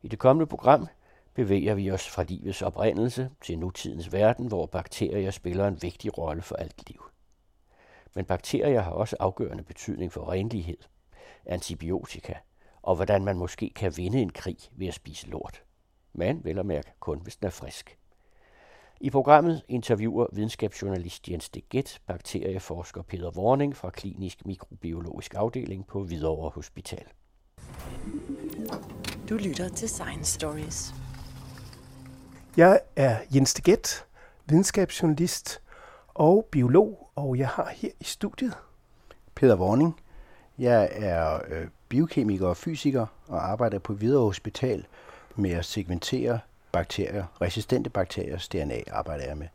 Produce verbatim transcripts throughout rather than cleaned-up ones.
I det kommende program bevæger vi os fra livets oprindelse til nutidens verden, hvor bakterier spiller en vigtig rolle for alt liv. Men bakterier har også afgørende betydning for renlighed, antibiotika og hvordan man måske kan vinde en krig ved at spise lort. Men vel at mærke kun, hvis den er frisk. I programmet interviewer videnskabsjournalist Jens Deget bakterieforsker Peter Warning fra Klinisk Mikrobiologisk Afdeling på Hvidovre Hospital. Du lytter til Science Stories. Jeg er Jens Deget, videnskabsjournalist og biolog, og jeg har her i studiet Peter Warning. Jeg er øh, biokemiker og fysiker og arbejder på Hvidovre Hospital med at segmentere bakterier, resistente bakteriers D N A arbejder jeg med.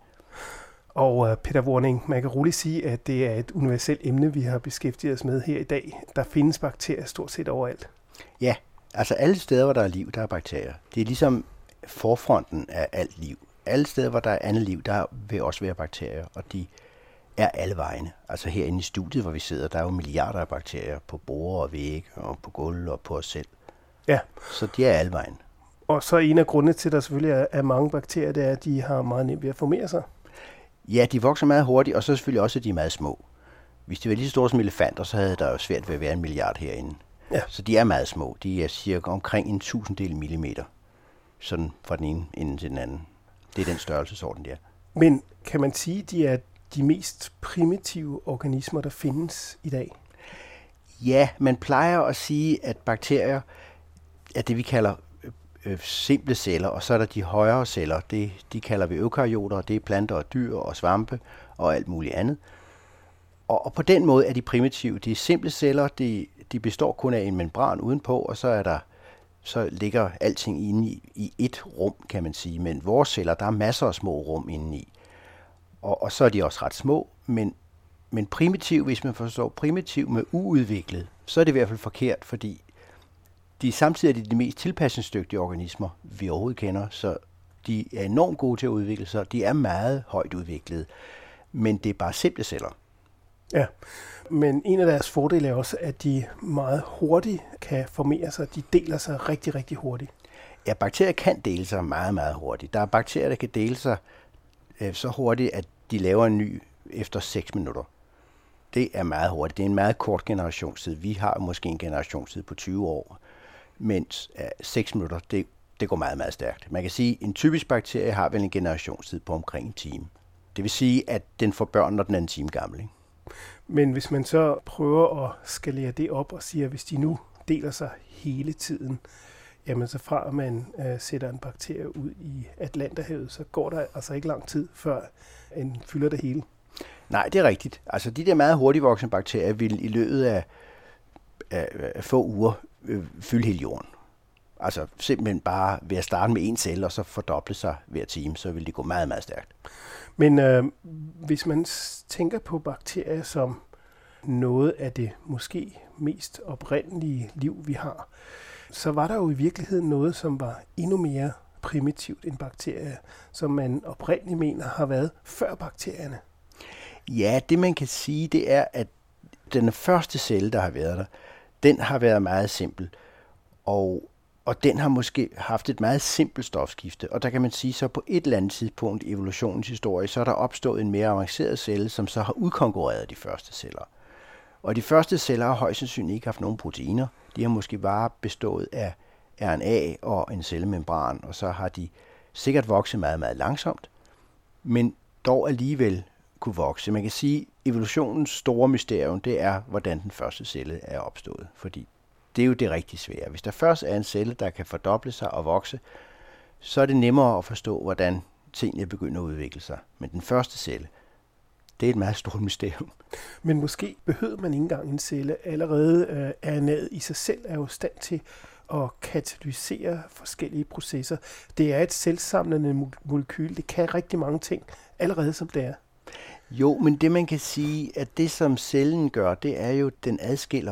Og uh, Peter Warning, man kan roligt sige, at det er et universelt emne, vi har beskæftiget os med her i dag. Der findes bakterier stort set overalt. Ja, altså alle steder, hvor der er liv, der er bakterier. Det er ligesom forfronten af alt liv. Alle steder, hvor der er andet liv, der vil også være bakterier, og de er alle vegne. Altså herinde i studiet, hvor vi sidder, der er jo milliarder af bakterier på borde og vægge og på gulv og på os selv. Ja. Så de er alle vegne. Og så en af grundene til, at der selvfølgelig er, er mange bakterier, det er, at de har meget nemt ved at formere sig. Ja, de vokser meget hurtigt, og så selvfølgelig også, at de er meget små. Hvis de var lige så store som elefanter, så havde der jo svært ved at være en milliard herinde. Ja. Så de er meget små. De er cirka omkring en tusindedel millimeter. Sådan fra den ene ende til den anden. Det er den størrelsesorden, de er. Men kan man sige, at de er de mest primitive organismer, der findes i dag? Ja, man plejer at sige, at bakterier er det, vi kalder øh, simple celler, og så er der de højere celler. Det, de kalder vi eukaryoter, det er planter og dyr og svampe og alt muligt andet. Og, og på den måde er de primitive. De simple celler, de, de består kun af en membran udenpå, og så er der så ligger alting inde i, i et rum, kan man sige. Men vores celler, der er masser af små rum indeni. Og, og så er de også ret små, men, men primitiv, hvis man forstår primitiv med uudviklet, så er det i hvert fald forkert, fordi de er samtidig de mest tilpasningsdygtige organismer, vi overhovedet kender, så de er enormt gode til at udvikle sig. De er meget højt udviklede, men det er bare simple celler. Ja, men en af deres fordele er også, at de meget hurtigt kan formere sig. De deler sig rigtig, rigtig hurtigt. Ja, bakterier kan dele sig meget, meget hurtigt. Der er bakterier, der kan dele sig øh, så hurtigt, at de laver en ny efter seks minutter. Det er meget hurtigt. Det er en meget kort generationstid. Vi har måske en generationstid på tyve år, mens øh, seks minutter, det, det går meget, meget stærkt. Man kan sige, at en typisk bakterie har vel en generationstid på omkring en time. Det vil sige, at den får børn, når den er en time gammel, ikke? Men hvis man så prøver at skalere det op og siger, at hvis de nu deler sig hele tiden, jamen så fra at man øh, sætter en bakterie ud i Atlanterhavet, så går der altså ikke lang tid, før en fylder det hele. Nej, det er rigtigt. Altså de der meget hurtigt voksende bakterier vil i løbet af, af, af få uger øh, fylde hele jorden. Altså simpelthen bare ved at starte med en celle og så fordoble sig hver time, så vil det gå meget, meget stærkt. Men øh, hvis man tænker på bakterier som noget af det måske mest oprindelige liv, vi har, så var der jo i virkeligheden noget, som var endnu mere primitivt end bakterier, som man oprindeligt mener har været før bakterierne. Ja, det man kan sige, det er, at den første celle, der har været der, den har været meget simpel, og Og den har måske haft et meget simpelt stofskifte. Og der kan man sige, så på et eller andet tidspunkt i evolutionens historie, så er der opstået en mere avanceret celle, som så har udkonkurreret de første celler. Og de første celler har højst sandsynligt ikke haft nogen proteiner. De har måske bare bestået af R N A og en cellemembran, og så har de sikkert vokset meget, meget langsomt, men dog alligevel kunne vokse. Man kan sige, at evolutionens store mysterium, det er, hvordan den første celle er opstået, fordi det er jo det rigtig svære. Hvis der først er en celle, der kan fordoble sig og vokse, så er det nemmere at forstå, hvordan tingene begynder at udvikle sig. Men den første celle, det er et meget stort mysterium. Men måske behøver man ikke engang en celle. Allerede øh, R N A'et i sig selv er jo i stand til at katalysere forskellige processer. Det er et selvsamlende molekyl. Det kan rigtig mange ting, allerede som det er. Jo, men det man kan sige, at det som cellen gør, det er jo, at den adskiller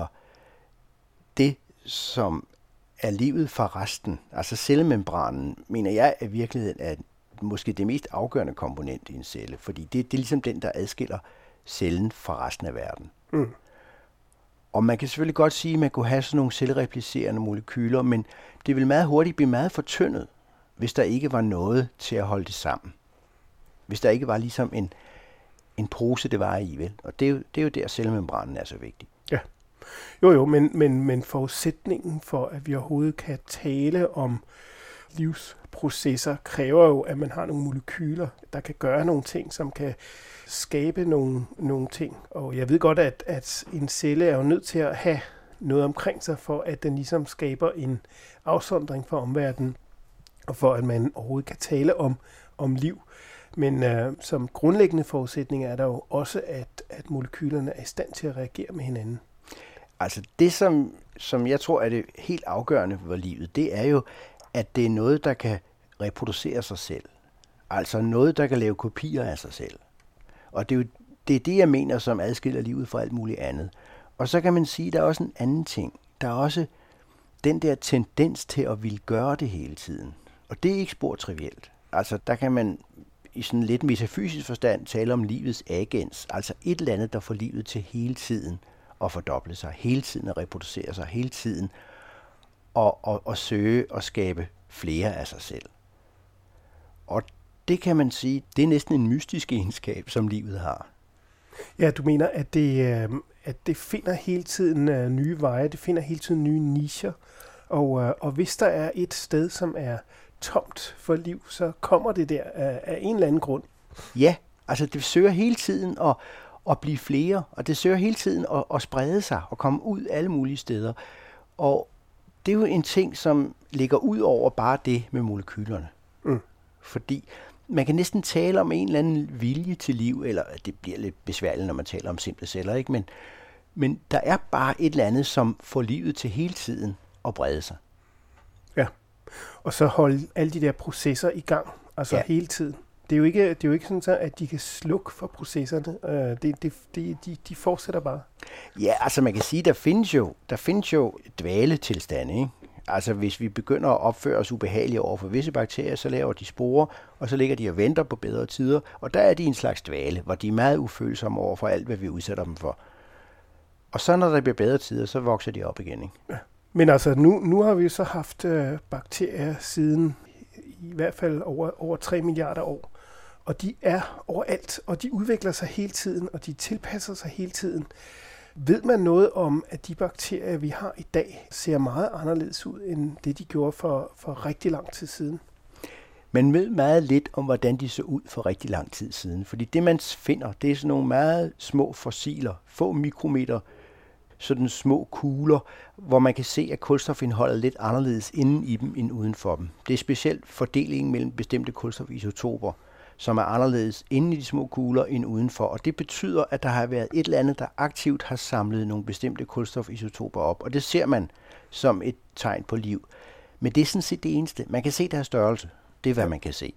det, som er livet fra resten. Altså cellemembranen, mener jeg, i virkeligheden er måske det mest afgørende komponent i en celle, fordi det, det er ligesom den, der adskiller cellen fra resten af verden. Mm. Og man kan selvfølgelig godt sige, at man kunne have sådan nogle selvreplicerende molekyler, men det vil meget hurtigt blive meget fortyndet, hvis der ikke var noget til at holde det sammen. Hvis der ikke var ligesom en, en pose, det var i, vel? Og det er jo, det er jo der, cellemembranen er så vigtig. Ja. Jo, jo, men, men, men forudsætningen for, at vi overhovedet kan tale om livsprocesser, kræver jo, at man har nogle molekyler, der kan gøre nogle ting, som kan skabe nogle, nogle ting. Og jeg ved godt, at, at en celle er jo nødt til at have noget omkring sig, for at den ligesom skaber en afsondring fra omverdenen, og for at man overhovedet kan tale om, om liv. Men øh, som grundlæggende forudsætning er der jo også, at, at molekylerne er i stand til at reagere med hinanden. Altså det, som, som jeg tror er det helt afgørende for livet, det er jo, at det er noget, der kan reproducere sig selv. Altså noget, der kan lave kopier af sig selv. Og det er jo det, er det jeg mener, som adskiller livet fra alt muligt andet. Og så kan man sige, at der er også en anden ting. Der er også den der tendens til at ville gøre det hele tiden. Og det er ikke spor trivielt. Altså der kan man i sådan lidt metafysisk forstand tale om livets agens. Altså et eller andet, der får livet til hele tiden at fordoble sig, hele tiden at reproducere sig, hele tiden og, og, og søge og skabe flere af sig selv. Og det kan man sige, det er næsten en mystisk egenskab, som livet har. Ja, du mener, at det, at det finder hele tiden nye veje, det finder hele tiden nye nicher, og, og hvis der er et sted, som er tomt for liv, så kommer det der af, af en eller anden grund. Ja, altså det søger hele tiden at, at blive flere, og det søger hele tiden at, at sprede sig og komme ud alle mulige steder. Og det er jo en ting, som ligger ud over bare det med molekylerne. Mm. Fordi man kan næsten tale om en eller anden vilje til liv, eller det bliver lidt besværligt, når man taler om simple celler, ikke? Men, men der er bare et eller andet, som får livet til hele tiden at brede sig. Ja, og så holde alle de der processer i gang, altså ja. hele tiden. Det er jo ikke, det er jo ikke sådan, at de kan slukke for processerne. Det, det, det, de, de fortsætter bare. Ja, altså man kan sige, der findes jo, der findes jo dvaletilstande, ikke? Altså hvis vi begynder at opføre os ubehageligt over for visse bakterier, så laver de sporer, og så ligger de og venter på bedre tider. Og der er de en slags dvale, hvor de er meget ufølsomme over for alt, hvad vi udsætter dem for. Og så når der bliver bedre tider, så vokser de op igen, ikke? Ja. Men altså nu, nu har vi jo så haft øh, bakterier siden i hvert fald over, over tre milliarder år. Og de er overalt, og de udvikler sig hele tiden, og de tilpasser sig hele tiden. Ved man noget om, at de bakterier, vi har i dag, ser meget anderledes ud, end det de gjorde for, for rigtig lang tid siden? Man ved meget lidt om, hvordan de så ud for rigtig lang tid siden. Fordi det, man finder, det er sådan nogle meget små fossiler, få mikrometer, sådan små kugler, hvor man kan se, at kulstofindholdet er lidt anderledes inden i dem end uden for dem. Det er specielt fordelingen mellem bestemte kulstofisotoper, som er anderledes inde i de små kugler end udenfor. Og det betyder, at der har været et eller andet, der aktivt har samlet nogle bestemte kulstofisotoper op. Og det ser man som et tegn på liv. Men det er sådan set det eneste. Man kan se deres størrelse. Det er, hvad man kan se.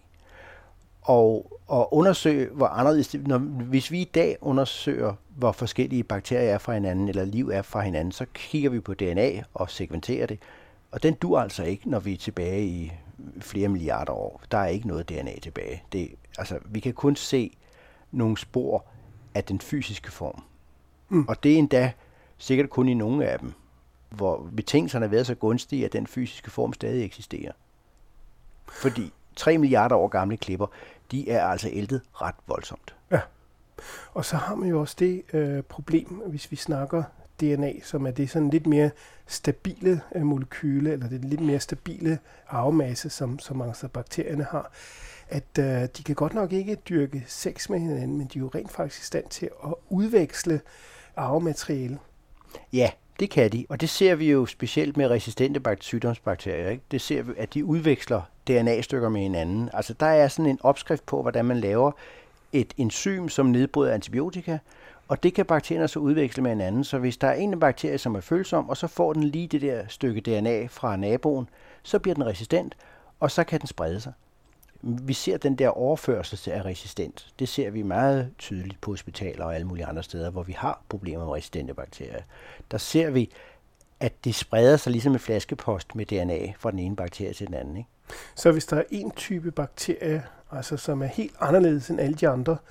Og, og undersøge, hvor anderledes det, når, hvis vi i dag undersøger, hvor forskellige bakterier er fra hinanden, eller liv er fra hinanden, så kigger vi på D N A og segmenterer det. Og den dur altså ikke, når vi er tilbage i flere milliarder år. Der er ikke noget D N A tilbage. Det, altså, vi kan kun se nogle spor af den fysiske form. Mm. Og det er endda sikkert kun i nogle af dem, hvor betingelserne har været så gunstige, at den fysiske form stadig eksisterer. Fordi tre milliarder år gamle klipper, de er altså æltet ret voldsomt. Ja, og så har man jo også det øh, problem, hvis vi snakker D N A, som er det sådan lidt mere stabile øh, molekyle, eller det lidt mere stabile arvemasse, som, som altså bakterierne har, at øh, de kan godt nok ikke dyrke sex med hinanden, men de er jo rent faktisk i stand til at udveksle arvemateriale. Ja, det kan de, og det ser vi jo specielt med resistente bakt- sygdomsbakterier. Ikke? Det ser vi, at de udveksler D N A-stykker med hinanden. Altså der er sådan en opskrift på, hvordan man laver et enzym, som nedbryder antibiotika, og det kan bakterierne så udveksle med hinanden. Så hvis der er en bakterie, som er følsom, og så får den lige det der stykke D N A fra naboen, så bliver den resistent, og så kan den sprede sig. Vi ser den der overførsel af resistent. Det ser vi meget tydeligt på hospitaler og alle mulige andre steder, hvor vi har problemer med resistente bakterier. Der ser vi, at det spreder sig ligesom en flaskepost med D N A fra den ene bakterie til den anden. Ikke? Så hvis der er en type bakterie, altså som er helt anderledes end alle de andre,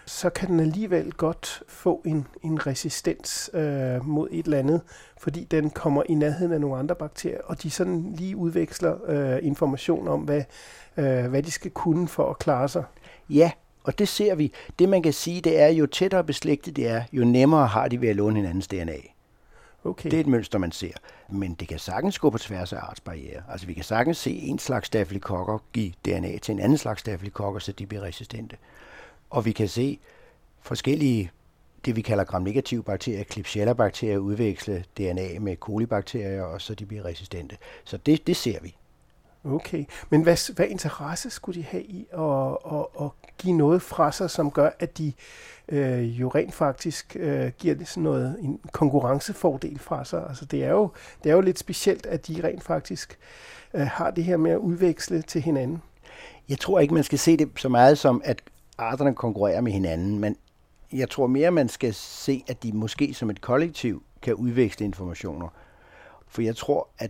så kan den alligevel godt få en, en resistens øh, mod et eller andet, fordi den kommer i nærheden af nogle andre bakterier, og de sådan lige udveksler øh, information om, hvad, øh, hvad de skal kunne for at klare sig. Ja, og det ser vi. Det man kan sige, det er, jo tættere beslægtet det er, jo nemmere har de ved at låne hinandens D N A. Okay. Det er et mønster, man ser. Men det kan sagtens gå på tværs af artsbarriere. Altså vi kan sagtens se en slags stafylokokker give D N A til en anden slags stafylokokker, så de bliver resistente. Og vi kan se forskellige, det vi kalder gram-negative bakterier, Klebsiella-bakterier, udveksle D N A med kolibakterier, og så de bliver resistente. Så det, det ser vi. Okay, men hvad, hvad interesse skulle de have i at, at, at give noget fra sig, som gør, at de øh, jo rent faktisk øh, giver det sådan noget, en konkurrencefordel fra sig? Altså det er jo, det er jo lidt specielt, at de rent faktisk øh, har det her med at udveksle til hinanden. Jeg tror ikke, man skal se det så meget som, at arterne konkurrerer med hinanden, men jeg tror mere, man skal se, at de måske som et kollektiv kan udveksle informationer. For jeg tror, at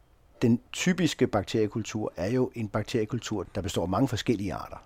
den typiske bakteriekultur er jo en bakteriekultur, der består af mange forskellige arter,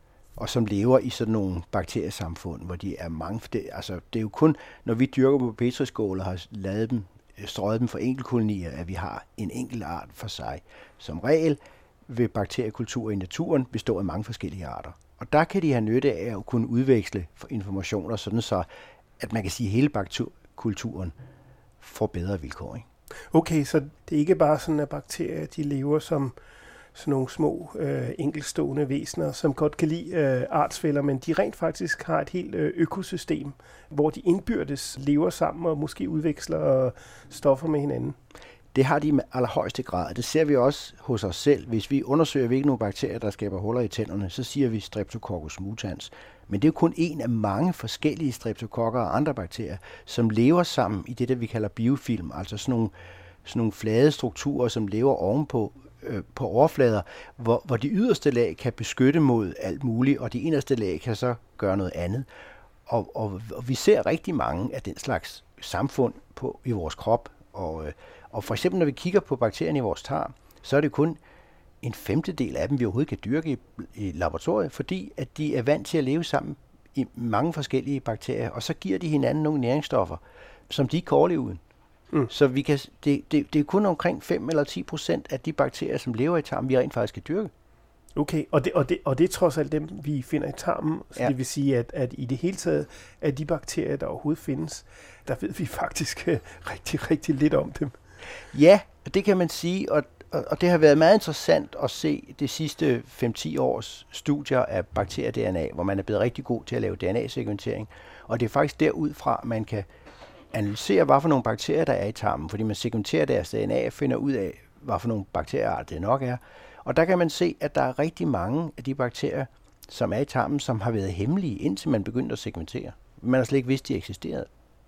og som lever i sådan nogle bakteriesamfund, hvor de er mange. Det, altså, det er jo kun, når vi dyrker på petriskåle og har lavet dem, strøget dem for enkeltkolonier, at vi har en enkelt art for sig. Som regel vil bakteriekultur i naturen bestå af mange forskellige arter. Og der kan de have nytte af at kunne udveksle informationer, sådan så, at man kan sige, at hele bakteriekulturen får bedre vilkår. Ikke? Okay, så det er ikke bare sådan, at bakterier de lever som sådan nogle små øh, enkeltstående væsener, som godt kan lide øh, artsfæller, men de rent faktisk har et helt øh, økosystem, hvor de indbyrdes lever sammen og måske udveksler øh, stoffer med hinanden. Det har de i allerhøjeste grad. Det ser vi også hos os selv. Hvis vi undersøger, hvilke nogle bakterier, der skaber huller i tænderne, så siger vi Streptococcus mutans. Men det er jo kun en af mange forskellige streptokokker og andre bakterier, som lever sammen i det, der vi kalder biofilm, altså sådan nogle, sådan nogle flade strukturer, som lever ovenpå øh, på overflader, hvor, hvor de yderste lag kan beskytte mod alt muligt, og de inderste lag kan så gøre noget andet. Og, og, og vi ser rigtig mange af den slags samfund på, i vores krop, og øh, Og for eksempel, når vi kigger på bakterierne i vores tarm, så er det kun en femtedel af dem, vi overhovedet kan dyrke i, i laboratoriet, fordi at de er vant til at leve sammen i mange forskellige bakterier, og så giver de hinanden nogle næringsstoffer, som de ikke kan overleve uden. Mm. Så vi kan, det, det, det er kun omkring fem eller ti procent af de bakterier, som lever i tarmen, vi rent faktisk kan dyrke. Okay, og det, og, det, og det er trods alt dem, vi finder i tarmen. Så ja. Det vil sige, at, at i det hele taget, af de bakterier, der overhovedet findes, der ved vi faktisk uh, rigtig, rigtig lidt om dem. Ja, det kan man sige, og, og det har været meget interessant at se de sidste fem til ti års studier af bakterie-D N A, hvor man er blevet rigtig god til at lave D N A-sekventering. Og det er faktisk derudfra, man kan analysere, hvad for nogle bakterier, der er i tarmen, fordi man sekventerer deres D N A og finder ud af, hvad for nogle bakteriearter det nok er. Og der kan man se, at der er rigtig mange af de bakterier, som er i tarmen, som har været hemmelige, indtil man begyndte at sekventere. Man har slet ikke vidst, de eksisterede,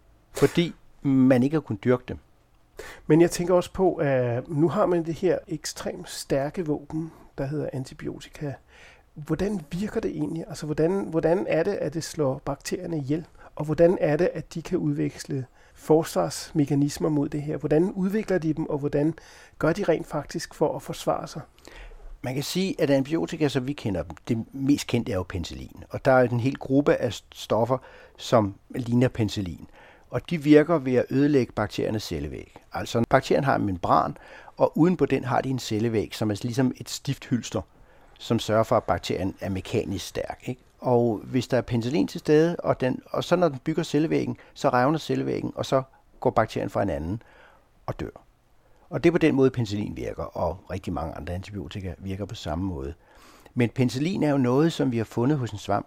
fordi man ikke har kunnet dyrke dem. Men jeg tænker også på, at nu har man det her ekstremt stærke våben, der hedder antibiotika. Hvordan virker det egentlig? Altså, hvordan, hvordan er det, at det slår bakterierne ihjel? Og hvordan er det, at de kan udveksle forsvarsmekanismer mod det her? Hvordan udvikler de dem, og hvordan gør de rent faktisk for at forsvare sig? Man kan sige, at antibiotika, som vi kender dem, det mest kendte er jo penicillin. Og der er en hel gruppe af stoffer, som ligner penicillin. Og de virker ved at ødelægge bakteriernes cellevæg. Altså bakterien har en membran, og uden på den har de en cellevæg, som er ligesom et stift hylster, som sørger for, at bakterien er mekanisk stærk. Ikke? Og hvis der er penicillin til stede, og, den, og så når den bygger cellevæggen, så revner cellevæggen, og så går bakterien fra hinanden og dør. Og det er på den måde, penicillin virker, og rigtig mange andre antibiotika virker på samme måde. Men penicillin er jo noget, som vi har fundet hos en svamp,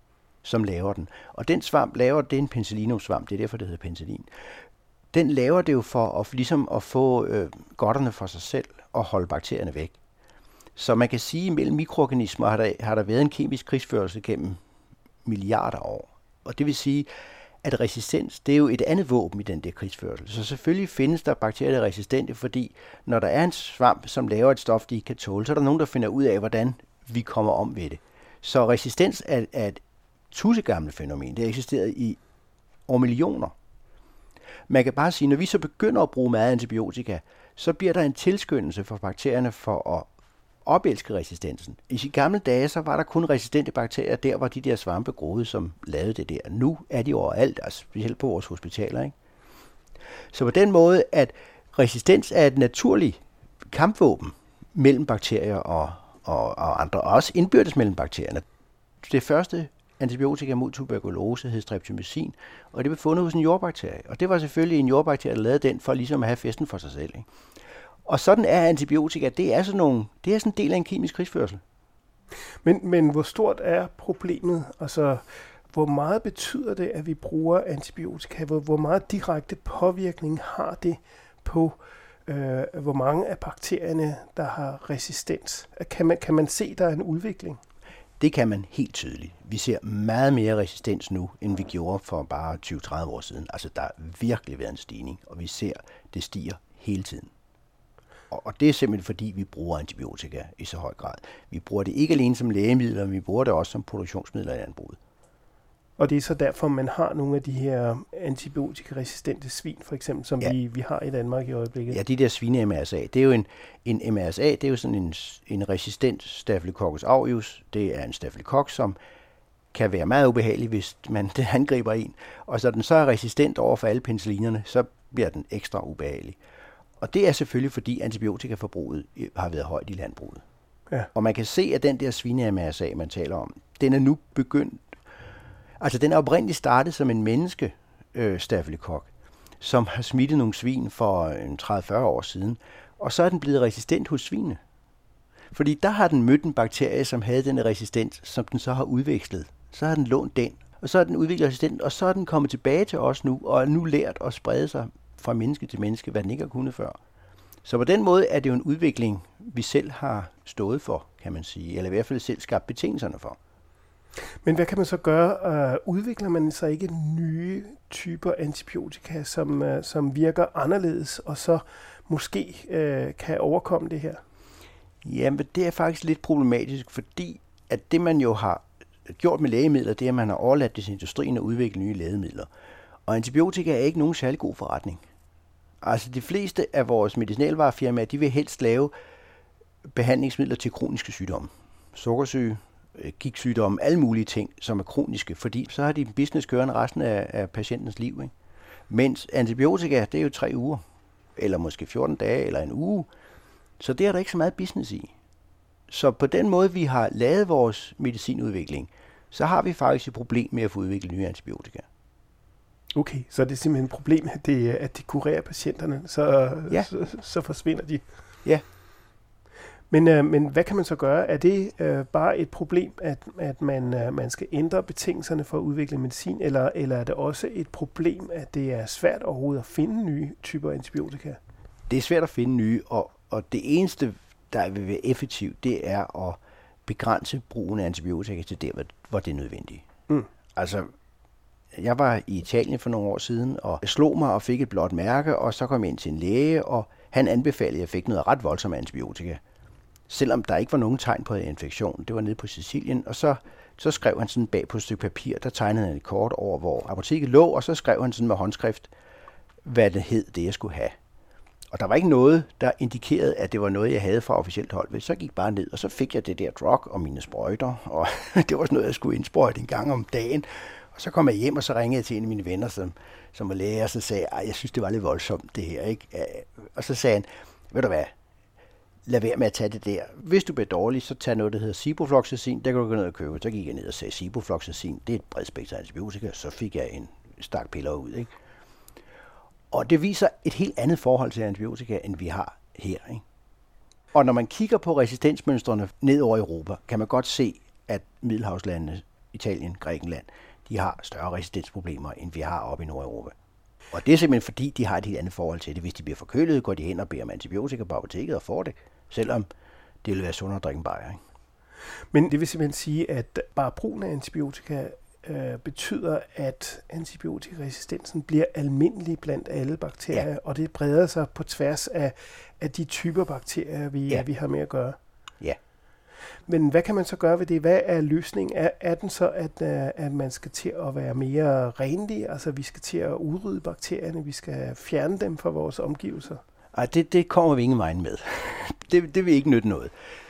som laver den. Og den svamp laver, det er en penicilliumsvamp, det er derfor, det hedder penicillin. Den laver det jo for at, ligesom at få øh, godterne for sig selv og holde bakterierne væk. Så man kan sige, at mellem mikroorganismer har der, har der været en kemisk krigsførelse gennem milliarder år. Og det vil sige, at resistens, det er jo et andet våben i den der krigsførelse. Så selvfølgelig findes der bakterier, der er resistente, fordi når der er en svamp, som laver et stof, de ikke kan tåle, så er der nogen, der finder ud af, hvordan vi kommer om ved det. Så resistens er, er et tussegamle fænomen. Det har eksisteret i over millioner. Man kan bare sige, når vi så begynder at bruge meget antibiotika, så bliver der en tilskyndelse for bakterierne for at, opelske resistensen. I de gamle dage, så var der kun resistente bakterier der, hvor de der svampe groede, som lavede det der. Nu er de overalt, altså specielt på vores hospitaler, ikke? Så på den måde, at resistens er et naturligt kampvåben mellem bakterier og, og, og andre, og også indbyrdes mellem bakterierne. Det første antibiotika mod tuberkulose hed streptomycin, og det blev fundet hos en jordbakterie. Og det var selvfølgelig en jordbakterie, der lavede den for ligesom at have festen for sig selv, ikke? Og sådan er antibiotika, det er sådan nogle, det er sådan en del af en kemisk krigsførsel. Men, men hvor stort er problemet? Altså, hvor meget betyder det, at vi bruger antibiotika? Hvor, hvor meget direkte påvirkning har det på, øh, hvor mange af bakterierne, der har resistens? Kan man, kan man se, der er en udvikling? Det kan man helt tydeligt. Vi ser meget mere resistens nu, end vi gjorde for bare tyve til tredive år siden. Altså, der er virkelig været en stigning, og vi ser, det stiger hele tiden. Og det er simpelthen fordi, vi bruger antibiotika i så høj grad. Vi bruger det ikke alene som lægemidler, men vi bruger det også som produktionsmidler i landbruget. Og det er så derfor, man har nogle af de her antibiotikaresistente svin, for eksempel, som ja. vi, vi har i Danmark i øjeblikket. Ja, de der svine-M R S A. Det er jo en, en M R S A, det er jo sådan en, en resistent Staphylococcus aureus. Det er en stafylokok, som kan være meget ubehagelig, hvis man det angriber en. Og så den så er resistent over for alle penicillinerne, så bliver den ekstra ubehagelig. Og det er selvfølgelig, fordi antibiotikaforbruget har været højt i landbruget. Ja. Og man kan se, at den der svine-M R S A, man taler om, den er nu begyndt. Altså, den er oprindeligt startet som en menneske øh, stafylokok, som har smittet nogle svin for tredive til fyrre år siden. Og så er den blevet resistent hos svinene. Fordi der har den mødt en bakterie, som havde den resistens, som den så har udvekslet. Så har den lånt den, og så er den udviklet resistent, og så er den kommet tilbage til os nu, og er nu lært at sprede sig fra menneske til menneske, hvad den ikke har kunnet før. Så på den måde er det jo en udvikling, vi selv har stået for, kan man sige, eller i hvert fald selv skabt betingelserne for. Men hvad kan man så gøre? Uh, udvikler man så ikke nye typer antibiotika, som, uh, som virker anderledes, og så måske uh, kan overkomme det her? Jamen, det er faktisk lidt problematisk, fordi at det, man jo har gjort med lægemidler, det er, at man har overladt det til industrien at udvikle nye lægemidler. Og antibiotika er ikke nogen særlig god forretning. Altså, de fleste af vores medicinalvarefirmaer, de vil helst lave behandlingsmidler til kroniske sygdomme. Sukkersyge, gigtsygdomme, alle mulige ting, som er kroniske, fordi så har de business kørende resten af, af patientens liv, ikke? Mens antibiotika, det er jo tre uger, eller måske fjorten dage, eller en uge. Så det er der ikke så meget business i. Så på den måde, vi har lavet vores medicinudvikling, så har vi faktisk et problem med at få udviklet nye antibiotika. Okay, så det er simpelthen et problem, at, det, at de kurerer patienterne, så, ja. så, så forsvinder de. Ja. Men, øh, men hvad kan man så gøre? Er det øh, bare et problem, at, at man, øh, man skal ændre betingelserne for at udvikle medicin, eller, eller er det også et problem, at det er svært overhovedet at finde nye typer antibiotika? Det er svært at finde nye, og, og det eneste, der vil være effektivt, det er at begrænse brugen af antibiotika til der, hvor det er nødvendigt. Mm. Altså, jeg var i Italien for nogle år siden, og slog mig og fik et blåt mærke, og så kom jeg ind til en læge, og han anbefalede, at jeg fik noget ret voldsomt antibiotika. Selvom der ikke var nogen tegn på en infektion. Det var nede på Sicilien, og så, så skrev han sådan bag på et stykke papir, der tegnede han et kort over, hvor apoteket lå, og så skrev han sådan med håndskrift, hvad det hed, det jeg skulle have. Og der var ikke noget, der indikerede, at det var noget, jeg havde fra officielt hold. Så gik bare ned, og så fik jeg det der drug og mine sprøjter, og det var sådan noget, jeg skulle indsprøjte en gang om dagen. Og så kom jeg hjem, og så ringede jeg til en af mine venner, som, som var læge, og så sagde jeg, jeg synes, det var lidt voldsomt, det her, ikke? Og så sagde han, ved du hvad, lad være med at tage det der. Hvis du bliver dårlig, så tag noget, der hedder ciprofloxacin. Der kan du gå ned og købe. Så gik jeg ned og sagde, ciprofloxacin, det er et bredspektret antibiotika. Så fik jeg en stak piller ud, ikke? Og det viser et helt andet forhold til antibiotika, end vi har her, ikke? Og når man kigger på resistensmønstrene ned over Europa, kan man godt se, at Middelhavslandene, Italien, Grækenland, de har større resistensproblemer, end vi har oppe i Nordeuropa. Og det er simpelthen fordi, de har et helt andet forhold til det. Hvis de bliver forkølet, går de hen og beder om antibiotika på apoteket og får det, selvom det vil være sundere at drikke en bajer, ikke? Men det vil simpelthen sige, at bare brugen af antibiotika øh, betyder, at antibiotikaresistensen bliver almindelig blandt alle bakterier, ja. Og det breder sig på tværs af, af de typer bakterier, vi, ja. vi har med at gøre. Ja. Men hvad kan man så gøre ved det? Hvad er løsningen? Er, er den så, at, at man skal til at være mere renlig? Altså, vi skal til at udrydde bakterierne, vi skal fjerne dem fra vores omgivelser? Ej, det, det kommer vi ingen vejen med. det, det vil ikke nytte noget.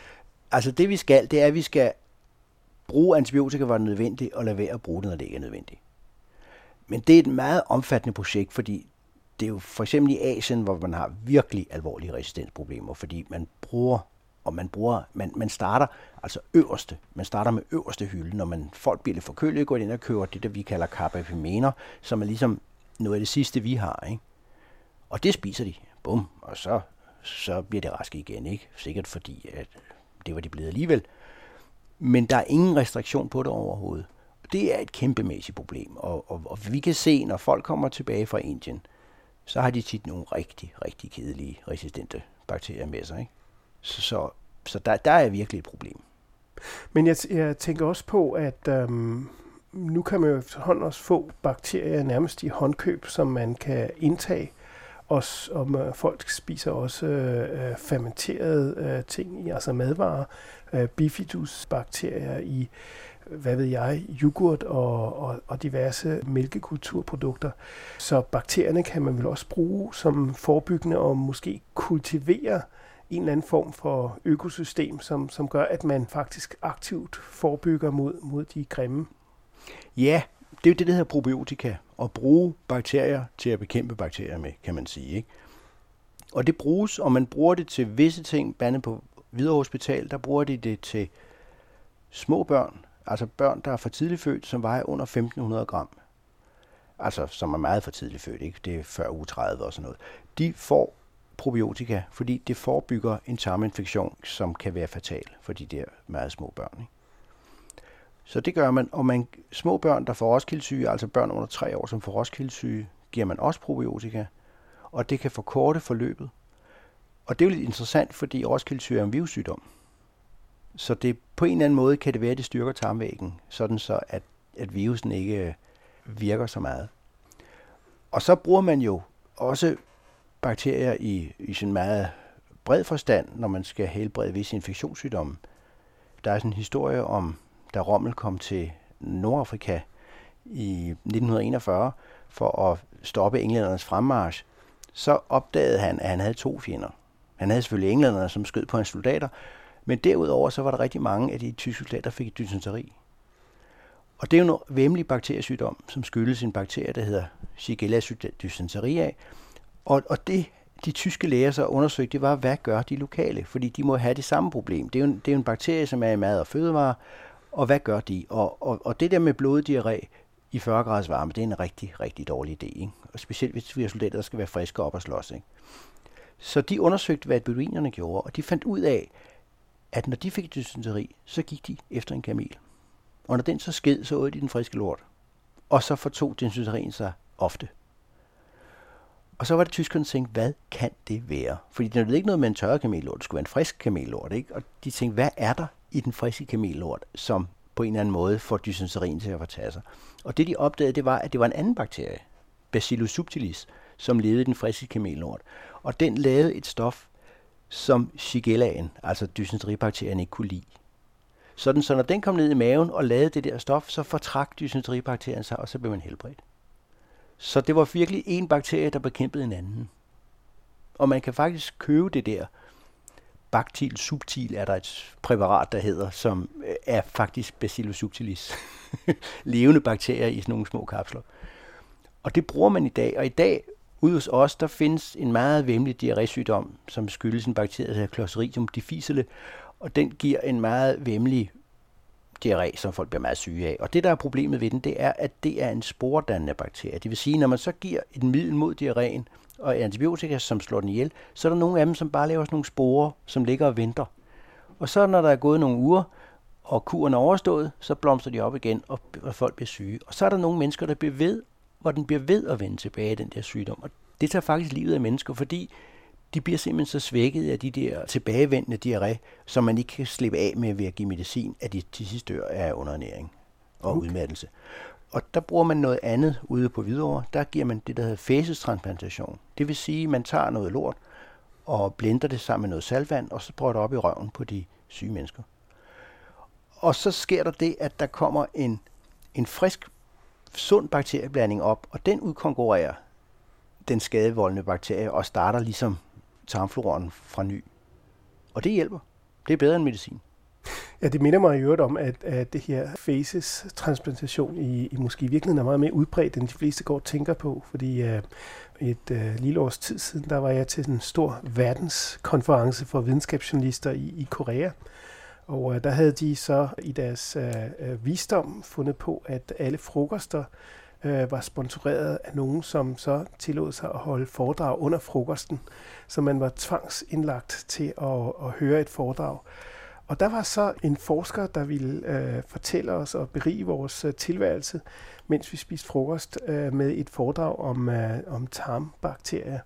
Altså det vi skal, det er, at vi skal bruge antibiotika, hvor det er nødvendigt, og lade være at bruge det, når det ikke er nødvendigt. Men det er et meget omfattende projekt, fordi det er jo for eksempel i Asien, hvor man har virkelig alvorlige resistensproblemer, fordi man bruger, og man bruger, man, man starter altså øverste, man starter med øverste hylde, når man, folk bliver lidt forkølet, går ind og køber det, der vi kalder carbapemener, som er ligesom noget af det sidste, vi har, ikke? Og det spiser de, bum, og så, så bliver det raske igen, ikke? Sikkert fordi, at det var de blevet alligevel. Men der er ingen restriktion på det overhovedet. Det er et kæmpemæssigt problem, og, og, og vi kan se, når folk kommer tilbage fra Indien, så har de tit nogle rigtig, rigtig kedelige, resistente bakterier med sig, ikke? Så, så, så der, der er virkelig et problem. Men jeg, jeg tænker også på, at øhm, nu kan man jo efterhånden også få bakterier nærmest i håndkøb, som man kan indtage. Og om øh, folk spiser også øh, fermenterede øh, ting i, altså madvarer, øh, bifidusbakterier i, hvad ved jeg, yoghurt og, og, og diverse mælkekulturprodukter. Så bakterierne kan man vel også bruge som forebyggende og måske kultivere en eller anden form for økosystem, som, som gør, at man faktisk aktivt forebygger mod, mod de grimme. Ja, det er jo det, der hedder probiotika, at bruge bakterier til at bekæmpe bakterier med, kan man sige, ikke? Og det bruges, og man bruger det til visse ting, blandt andet på Hvidovre Hospital, der bruger de det til små børn, altså børn, der er for tidligt født, som vejer under femten hundrede gram. Altså, som er meget for tidligt født, ikke? Det er før uge tredive og sådan noget. De får probiotika, fordi det forebygger en tarminfektion, som kan være fatal for de der meget små børn, ikke? Så det gør man, og man, små børn, der får Roskildesyge, altså børn under tre år, som får Roskildesyge, giver man også probiotika, og det kan forkorte forløbet. Og det er jo lidt interessant, fordi Roskildesyge er en virussygdom. Så det, på en eller anden måde kan det være, at det styrker tarmvæggen, sådan så at, at virusen ikke virker så meget. Og så bruger man jo også bakterier i, i sin meget bred forstand, når man skal helbrede visse infektionssygdomme. Der er sådan en historie om, da Rommel kom til Nordafrika i nitten enogfyrre for at stoppe englændernes fremmarch, så opdagede han, at han havde to fjender. Han havde selvfølgelig englænderne, som skød på hans soldater, men derudover så var der rigtig mange af de tyske soldater, der fik dysenteri. Og det er jo en væmmelig bakteriesygdom, som skyldes en bakterie, der hedder Shigella dysenteriae. Og, og det, de tyske læger så undersøgte, det var, hvad gør de lokale? Fordi de må have det samme problem. Det er jo en, det er jo en bakterie, som er i mad og fødevarer, og hvad gør de? Og, og, og det der med bloddiarré i fyrre graders varme, det er en rigtig, rigtig dårlig idé, ikke? Og specielt hvis vi har soldater, der skal være friske op og slås, ikke? Så de undersøgte, hvad beduinerne gjorde, og de fandt ud af, at når de fik dysenteri, så gik de efter en kamel. Og når den så sked, så åd de den friske lort. Og så fortog dysenterien sig ofte. Og så var det tyskerne, der tænkte, hvad kan det være? Fordi det er ikke noget med en tørret kamellort, det skulle være en frisk kamellort, ikke? Og de tænkte, hvad er der i den friske kamellort, som på en eller anden måde får dysenterien til at fortage sig? Og det de opdagede, det var, at det var en anden bakterie, Bacillus subtilis, som levede i den friske kamellort. Og den lavede et stof, som Shigellaen, altså dysenteribakterien, ikke kunne lide. Sådan, så når den kom ned i maven og lavede det der stof, så fortrak dysenteribakterien sig, og så blev man helbredt. Så det var virkelig en bakterie, der bekæmpede en anden. Og man kan faktisk købe det der Bactil subtil, er der et præparat, der hedder, som er faktisk Bacillus subtilis. Levende bakterier i sådan nogle små kapsler. Og det bruger man i dag. Og i dag, ude hos os, der findes en meget væmmelig diarrésygdom, som skyldes en bakterie, der hedder Clostridium difficile. Og den giver en meget væmmelig diarré, som folk bliver meget syge af. Og det, der er problemet ved den, det er, at det er en sporedannende bakterie. Det vil sige, når man så giver et middel mod diarréen og antibiotika, som slår den ihjel, så er der nogle af dem, som bare laver sådan nogle sporer, som ligger og venter. Og så når der er gået nogle uger, og kuren er overstået, så blomstrer de op igen, og folk bliver syge. Og så er der nogle mennesker, der bliver ved, hvor den bliver ved at vende tilbage, den der sygdom. Og det tager faktisk livet af mennesker, fordi de bliver simpelthen så svækket af de der tilbagevendende diarré, som man ikke kan slippe af med ved at give medicin, at de til sidst dør af underernæring og okay. udmattelse. Og der bruger man noget andet ude på Hvidovre. Der giver man det, der hedder fæcestransplantation. Det vil sige, at man tager noget lort og blender det sammen med noget saltvand, og så prøver det op i røven på de syge mennesker. Og så sker der det, at der kommer en, en frisk, sund bakterieblanding op, og den udkonkurrerer den skadevoldende bakterie og starter ligesom tarmfloraen fra ny. Og det hjælper. Det er bedre end medicin. Ja, det minder mig i øvrigt om, at, at det her faces-transplantation i, i måske i virkeligheden er meget mere udbredt, end de fleste går og tænker på, fordi uh, et uh, lille års tid siden, der var jeg til en stor verdenskonference for videnskabsjournalister i, i Korea, og uh, der havde de så i deres uh, visdom fundet på, at alle frokoster uh, var sponsoreret af nogen, som så tillod sig at holde foredrag under frokosten, så man var tvangsindlagt til at, at høre et foredrag. Og der var så en forsker, der ville øh, fortælle os og berige vores øh, tilværelse, mens vi spiste frokost øh, med et foredrag om, øh, om tarmbakterier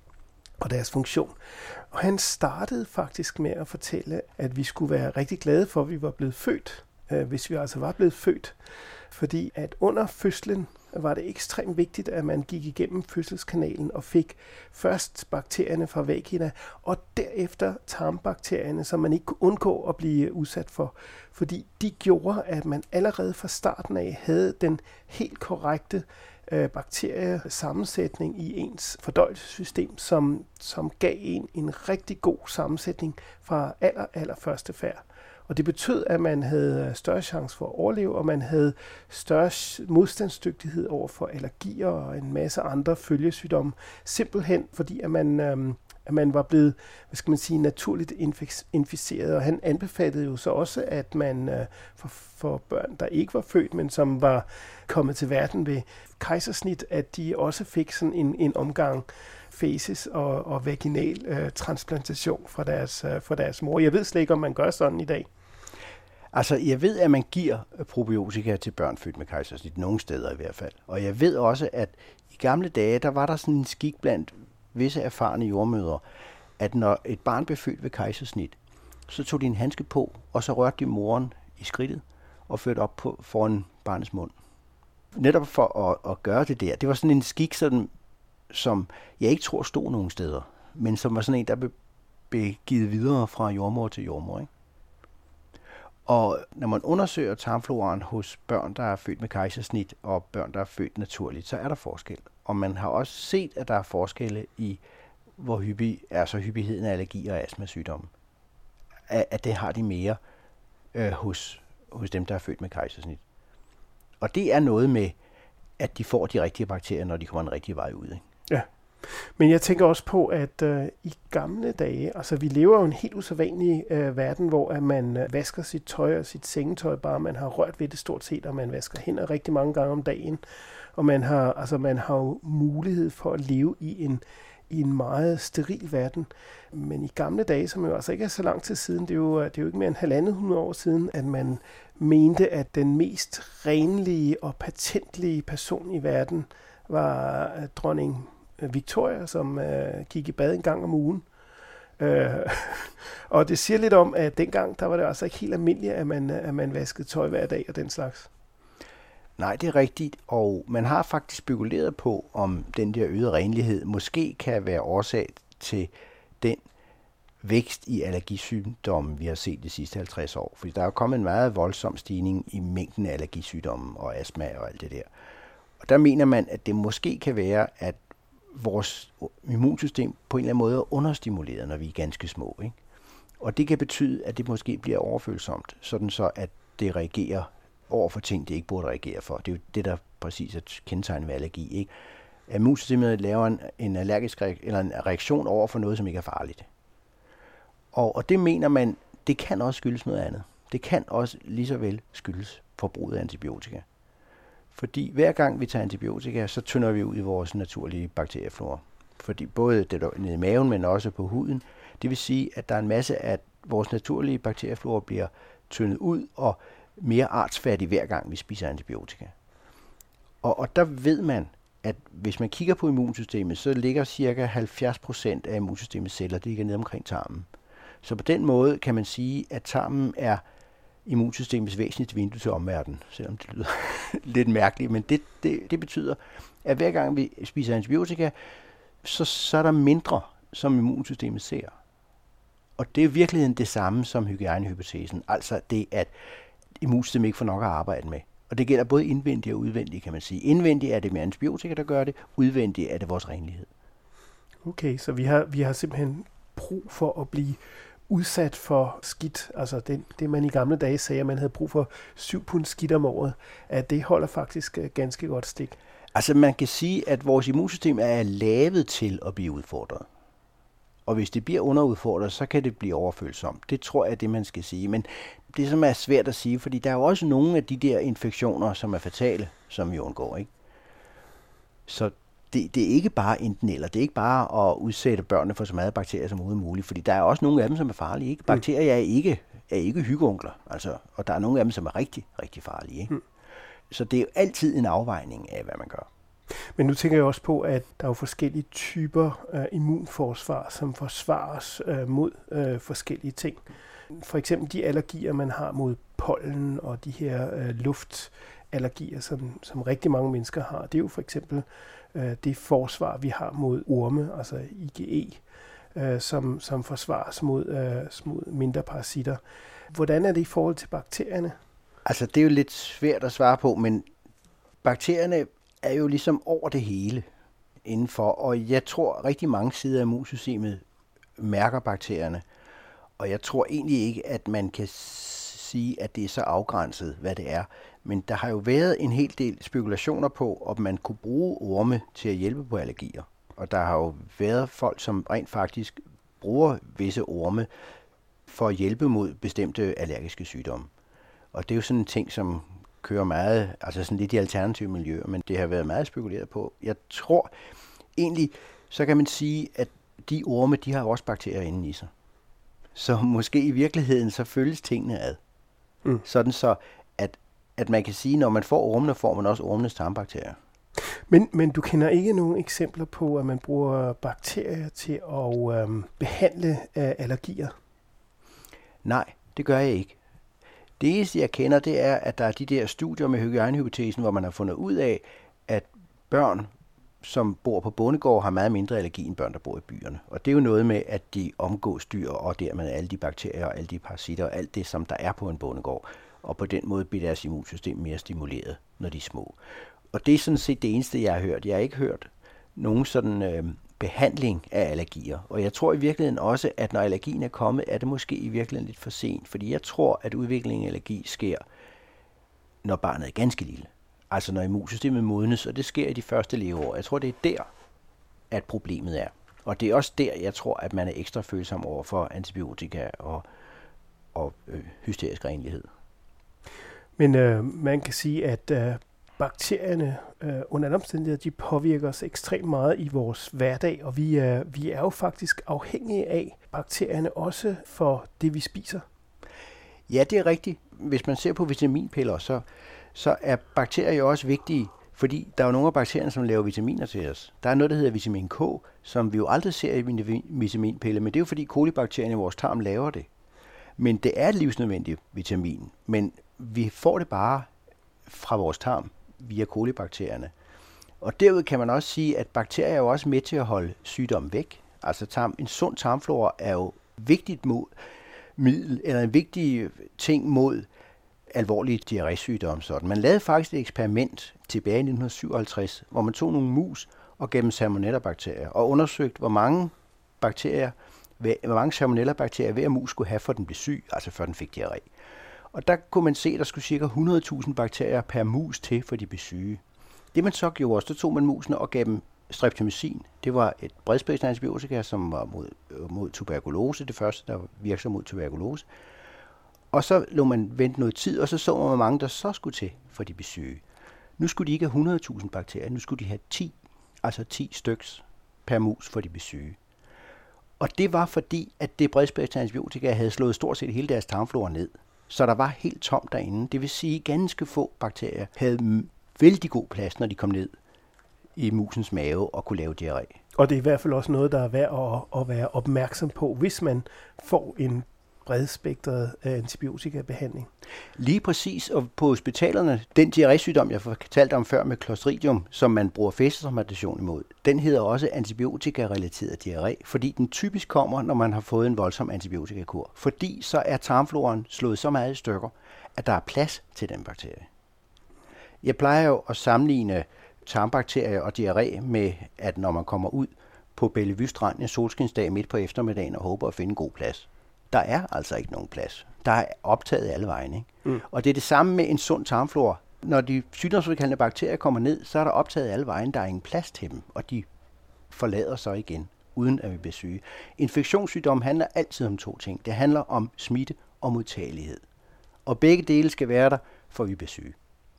og deres funktion. Og han startede faktisk med at fortælle, at vi skulle være rigtig glade for, at vi var blevet født, øh, hvis vi altså var blevet født. Fordi at under fødslen var det ekstremt vigtigt, at man gik igennem fødselskanalen og fik først bakterierne fra vagina, og derefter tarmbakterierne, som man ikke kunne undgå at blive udsat for. Fordi de gjorde, at man allerede fra starten af havde den helt korrekte øh, bakteriesammensætning i ens fordøjelsessystem, som, som gav en en rigtig god sammensætning fra aller, aller første færd. Og det betød, at man havde større chance for at overleve, og man havde større modstandsdygtighed over for allergier og en masse andre følgesygdomme. Simpelthen fordi, at man, øhm, at man var blevet, hvad skal man sige, naturligt inficeret. Og han anbefalede jo så også, at man øh, for, for børn, der ikke var født, men som var kommet til verden ved kejsersnit, at de også fik sådan en, en omgang faces og, og vaginal øh, transplantation fra deres, øh, fra deres mor. Jeg ved slet ikke, om man gør sådan i dag. Altså, jeg ved, at man giver probiotika til børn født med kejsersnit, nogle steder i hvert fald. Og jeg ved også, at i gamle dage, der var der sådan en skik blandt visse erfarne jordmødre, at når et barn blev født ved kejsersnit, så tog de en handske på, og så rørte de moren i skridtet og førte op på foran barnets mund. Netop for at, at gøre det der. Det var sådan en skik, sådan, som jeg ikke tror stod nogen steder, men som var sådan en, der blev, blev givet videre fra jordmor til jordmor, ikke? Og når man undersøger tarmfloraen hos børn, der er født med kejsersnit, og børn, der er født naturligt, så er der forskel. Og man har også set, at der er forskelle i, hvor hyppig er så hyppigheden af allergi og astmasygdomme. At det har de mere øh, hos, hos dem, der er født med kejsersnit. Og det er noget med, at de får de rigtige bakterier, når de kommer en rigtig vej ud, ikke? Ja. Men jeg tænker også på, at øh, i gamle dage, altså vi lever jo en helt usædvanlig øh, verden, hvor at man øh, vasker sit tøj og sit sengetøj, bare man har rørt ved det stort set, og man vasker hænder rigtig mange gange om dagen. Og man har, altså, man har jo mulighed for at leve i en, i en meget steril verden. Men i gamle dage, som jo altså ikke er så lang tid siden, det er jo, det er jo ikke mere end halvandet hundrede år siden, at man mente, at den mest renlige og patentlige person i verden var øh, dronning Victoria, som øh, gik i bad en gang om ugen. Øh, og det siger lidt om, at dengang, der var det altså ikke helt almindeligt, at man, at man vaskede tøj hver dag og den slags. Nej, det er rigtigt, og man har faktisk spekuleret på, om den der øgede renlighed måske kan være årsag til den vækst i allergisygdomme, vi har set de sidste halvtreds år. Fordi der er jo kommet en meget voldsom stigning i mængden af allergisygdomme og astma og alt det der. Og der mener man, at det måske kan være, at vores immunsystem på en eller anden måde er understimuleret, når vi er ganske små, ikke? Og det kan betyde, at det måske bliver overfølsomt, sådan så at det reagerer over for ting, det ikke burde reagere for. Det er jo det, der præcis er kendetegnet ved allergi, ikke? Immunsystemet laver en, en allergisk reak- eller en reaktion over for noget, som ikke er farligt. Og, og det mener man, det kan også skyldes noget andet. Det kan også lige så vel skyldes forbruget af antibiotika. Fordi hver gang vi tager antibiotika, så tynder vi ud i vores naturlige bakterieflora. Fordi både det der nede i maven, men også på huden. Det vil sige, at der er en masse af vores naturlige bakterieflora bliver tyndet ud og mere artsfattig hver gang vi spiser antibiotika. Og, og der ved man, at hvis man kigger på immunsystemet, så ligger cirka halvfjerds procent af immunsystemets celler, det ligger nede omkring tarmen. Så på den måde kan man sige, at tarmen er immunsystemets væsentligste vindue til omverdenen, selvom det lyder lidt mærkeligt, men det, det, det betyder, at hver gang vi spiser antibiotika, så, så er der mindre, som immunsystemet ser. Og det er i virkeligheden det samme som hygiejnehypotesen, altså det, at immunsystemet ikke får nok at arbejde med. Og det gælder både indvendigt og udvendigt, kan man sige. Indvendigt er det med antibiotika, der gør det, udvendigt er det vores renlighed. Okay, så vi har, vi har simpelthen brug for at blive udsat for skidt, altså det, det man i gamle dage sagde, at man havde brug for syv pund skidt om året, at det holder faktisk øh, ganske godt stik. Altså man kan sige, at vores immunsystem er lavet til at blive udfordret. Og hvis det bliver underudfordret, så kan det blive overfølsomt. Det tror jeg er det, man skal sige. Men det, som er svært at sige, fordi der er jo også nogle af de der infektioner, som er fatale, som vi undgår, ikke? Så det, det er ikke bare enten eller. Det er ikke bare at udsætte børnene for så meget bakterier som overhovedet muligt, fordi der er også nogle af dem, som er farlige, ikke? Bakterier er ikke, er ikke hyggeunkler, altså, og der er nogle af dem, som er rigtig, rigtig farlige, ikke? Mm. Så det er jo altid en afvejning af, hvad man gør. Men nu tænker jeg også på, at der er jo forskellige typer øh, immunforsvar, som forsvares øh, mod øh, forskellige ting. For eksempel de allergier, man har mod pollen og de her øh, luftallergier, som, som rigtig mange mennesker har. Det er jo for eksempel øh, det forsvar, vi har mod orme, altså I G E, øh, som, som forsvares mod, øh, mod mindre parasitter. Hvordan er det i forhold til bakterierne? Altså det er jo lidt svært at svare på, men bakterierne er jo ligesom over det hele indenfor, og jeg tror rigtig mange sider af immunsystemet mærker bakterierne, og jeg tror egentlig ikke, at man kan sige, at det er så afgrænset, hvad det er. Men der har jo været en hel del spekulationer på, om man kunne bruge orme til at hjælpe på allergier. Og der har jo været folk, som rent faktisk bruger visse orme for at hjælpe mod bestemte allergiske sygdomme. Og det er jo sådan en ting, som kører meget, altså sådan lidt i alternative miljøer, men det har været meget spekuleret på. Jeg tror egentlig, så kan man sige, at de orme, de har også bakterier inde i sig. Så måske i virkeligheden, så følges tingene ad. Mm. Sådan så, at, at man kan sige, når man får ormene, får man også ormenes tarmbakterier. Men, men du kender ikke nogen eksempler på, at man bruger bakterier til at øhm, behandle øh, allergier? Nej, det gør jeg ikke. Det eneste, jeg kender, det er, at der er de der studier med hygiejnehypotesen, hvor man har fundet ud af, at børn, som bor på bondegård, har meget mindre allergi end børn, der bor i byerne. Og det er jo noget med, at de omgås dyr, og dermed alle de bakterier og alle de parasitter og alt det, som der er på en bondegård. Og på den måde bliver deres immunsystem mere stimuleret, når de er små. Og det er sådan set det eneste, jeg har hørt. Jeg har ikke hørt nogen sådan øh, behandling af allergier. Og jeg tror i virkeligheden også, at når allergien er kommet, er det måske i virkeligheden lidt for sent. Fordi jeg tror, at udviklingen af allergi sker, når barnet er ganske lille. Altså når immunsystemet modnes, og det sker i de første leveår. Jeg tror, det er der, at problemet er. Og det er også der, jeg tror, at man er ekstra følsom over for antibiotika og, og øh, hysterisk renlighed. Men øh, man kan sige, at øh, bakterierne øh, under alle omstændigheder, de påvirker os ekstremt meget i vores hverdag, og vi er, vi er jo faktisk afhængige af bakterierne også for det, vi spiser. Ja, det er rigtigt. Hvis man ser på vitaminpiller, så, så er bakterier jo også vigtige, fordi der er jo nogle af bakterierne, som laver vitaminer til os. Der er noget, der hedder vitamin K, som vi jo aldrig ser i en vitaminpille, men det er jo fordi kolibakterierne i vores tarm laver det. Men det er et livsnødvendigt vitamin, men vi får det bare fra vores tarm via kolibakterierne. Og derud kan man også sige, at bakterier er jo også med til at holde sygdom væk. Altså tarm, en sund tarmflora er jo vigtigt mod middel, eller en vigtig ting mod alvorlige diarrésygdomme. Sådan. Man lavede faktisk et eksperiment tilbage i nitten syvoghalvtreds, hvor man tog nogle mus og gav dem salmonella-bakterier, og undersøgte, hvor mange bakterier, hvor mange salmonella-bakterier hver mus skulle have, for den blev syg, altså før den fik diarré. Og der kunne man se, at der skulle ca. hundrede tusind bakterier per mus til, for de blev syge. Det man så gjorde, så tog man musene og gav dem streptomycin. Det var et bredspektret antibiotika, som var mod, mod tuberkulose, det første, der virkede mod tuberkulose. Og så lå man vente noget tid, og så så man, hvor mange der så skulle til, for de blev syge. Nu skulle de ikke have hundrede tusind bakterier, nu skulle de have ti, altså ti styks per mus, for de blev syge. Og det var fordi, at det bredspektret antibiotika havde slået stort set hele deres tarmflora ned. Så der var helt tomt derinde. Det vil sige, at ganske få bakterier havde vældig god plads, når de kom ned i musens mave og kunne lave diarré. Og det er i hvert fald også noget, der er værd at, at være opmærksom på, hvis man får en bredspektret antibiotikabehandling. Lige præcis, og på hospitalerne, den diarrésygdom, jeg fortalte om før med Clostridium, som man bruger fæstesfermentation imod, den hedder også antibiotika-relateret diarré, fordi den typisk kommer, når man har fået en voldsom antibiotikakur. Fordi så er tarmfloren slået så meget i stykker, at der er plads til den bakterie. Jeg plejer jo at sammenligne tarmbakterier og diarré med, at når man kommer ud på Bellevue Strand en solskinsdag midt på eftermiddagen og håber at finde en god plads, Der er altså ikke nogen plads. Der er optaget alle vejen. Ikke? Mm. Og det er det samme med en sund tarmflora. Når de sygdomsfremkaldende bakterier kommer ned, så er der optaget alle vejen. Der er ingen plads til dem, og de forlader så igen, uden at vi bliver syge. Infektionssygdom handler altid om to ting. Det handler om smitte og modtagelighed. Og begge dele skal være der, for vi bliver syge.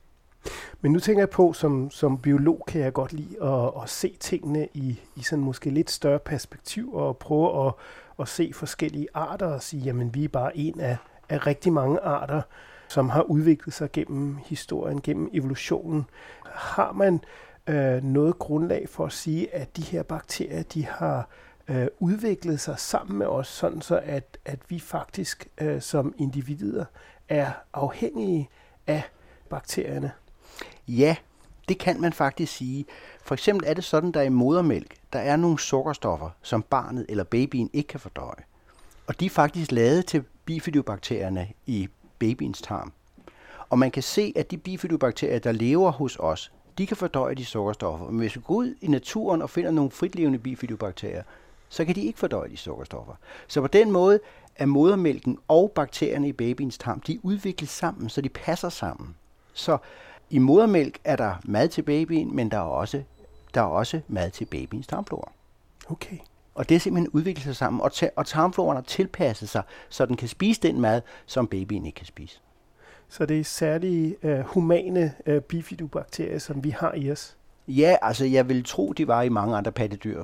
Men nu tænker jeg på, som, som biolog kan jeg godt lide at, at se tingene i, i sådan måske lidt større perspektiv, og prøve at, at se forskellige arter og sige, jamen vi er bare en af, af rigtig mange arter, som har udviklet sig gennem historien, gennem evolutionen. Har man øh, noget grundlag for at sige, at de her bakterier, de har øh, udviklet sig sammen med os, sådan så at, at vi faktisk øh, som individer er afhængige af bakterierne? Ja, det kan man faktisk sige. For eksempel er det sådan, der i modermælk, der er nogle sukkerstoffer, som barnet eller babyen ikke kan fordøje. Og de er faktisk lavet til bifidobakterierne i babyens tarm. Og man kan se, at de bifidobakterier, der lever hos os, de kan fordøje de sukkerstoffer. Men hvis vi går ud i naturen og finder nogle fritlevende bifidobakterier, så kan de ikke fordøje de sukkerstoffer. Så på den måde er modermælken og bakterierne i babyens tarm, de udvikles sammen, så de passer sammen. Så i modermælk er der mad til babyen, men der er også, der er også mad til babyens tarmflora. Okay. Og det er simpelthen udviklet sig sammen, og, ta- og tarmfloraen har tilpasset sig, så den kan spise den mad, som babyen ikke kan spise. Så det er særlige uh, humane uh, bifidobakterier, som vi har i os? Ja, altså jeg vil tro, de var i mange andre pattedyr,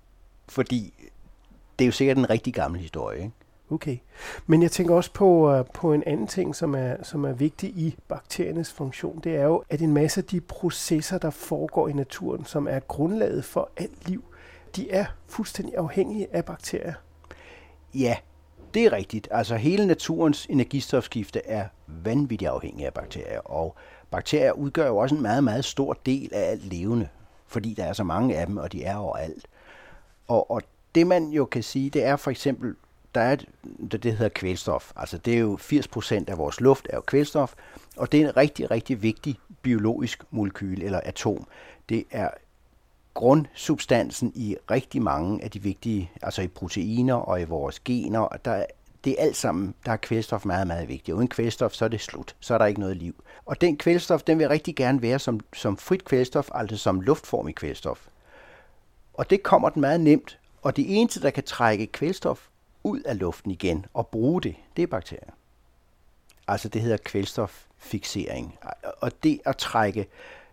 fordi det er jo sikkert en rigtig gammel historie, ikke? Okay. Men jeg tænker også på, uh, på en anden ting, som er, som er vigtig i bakteriernes funktion. Det er jo, at en masse af de processer, der foregår i naturen, som er grundlaget for alt liv, de er fuldstændig afhængige af bakterier. Ja, det er rigtigt. Altså hele naturens energistofskifte er vanvittigt afhængig af bakterier, og bakterier udgør jo også en meget, meget stor del af alt levende, fordi der er så mange af dem, og de er overalt. Og, og det man jo kan sige, det er for eksempel, der er det, det hedder kvælstof. Altså det er jo firs procent af vores luft er jo kvælstof, og det er en rigtig, rigtig vigtig biologisk molekyl eller atom. Det er grundsubstansen i rigtig mange af de vigtige, altså i proteiner og i vores gener, og der, det er alt sammen, der er kvælstof meget, meget vigtigt. Uden kvælstof, så er det slut. Så er der ikke noget liv. Og den kvælstof, den vil rigtig gerne være som, som frit kvælstof, altså som luftformig kvælstof. Og det kommer den meget nemt. Og det eneste, der kan trække kvælstof ud af luften igen og bruge det, det er bakterier. Altså det hedder kvælstoffiksering. Og det at trække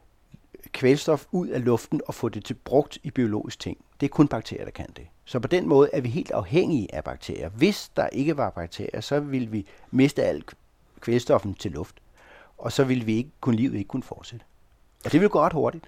kvælstof ud af luften og få det til brugt i biologisk ting, det er kun bakterier, der kan det. Så på den måde er vi helt afhængige af bakterier. Hvis der ikke var bakterier, så ville vi miste al kvælstoffen til luft, og så ville vi ikke, kunne livet ikke kunne fortsætte. Og det vil gå ret hurtigt.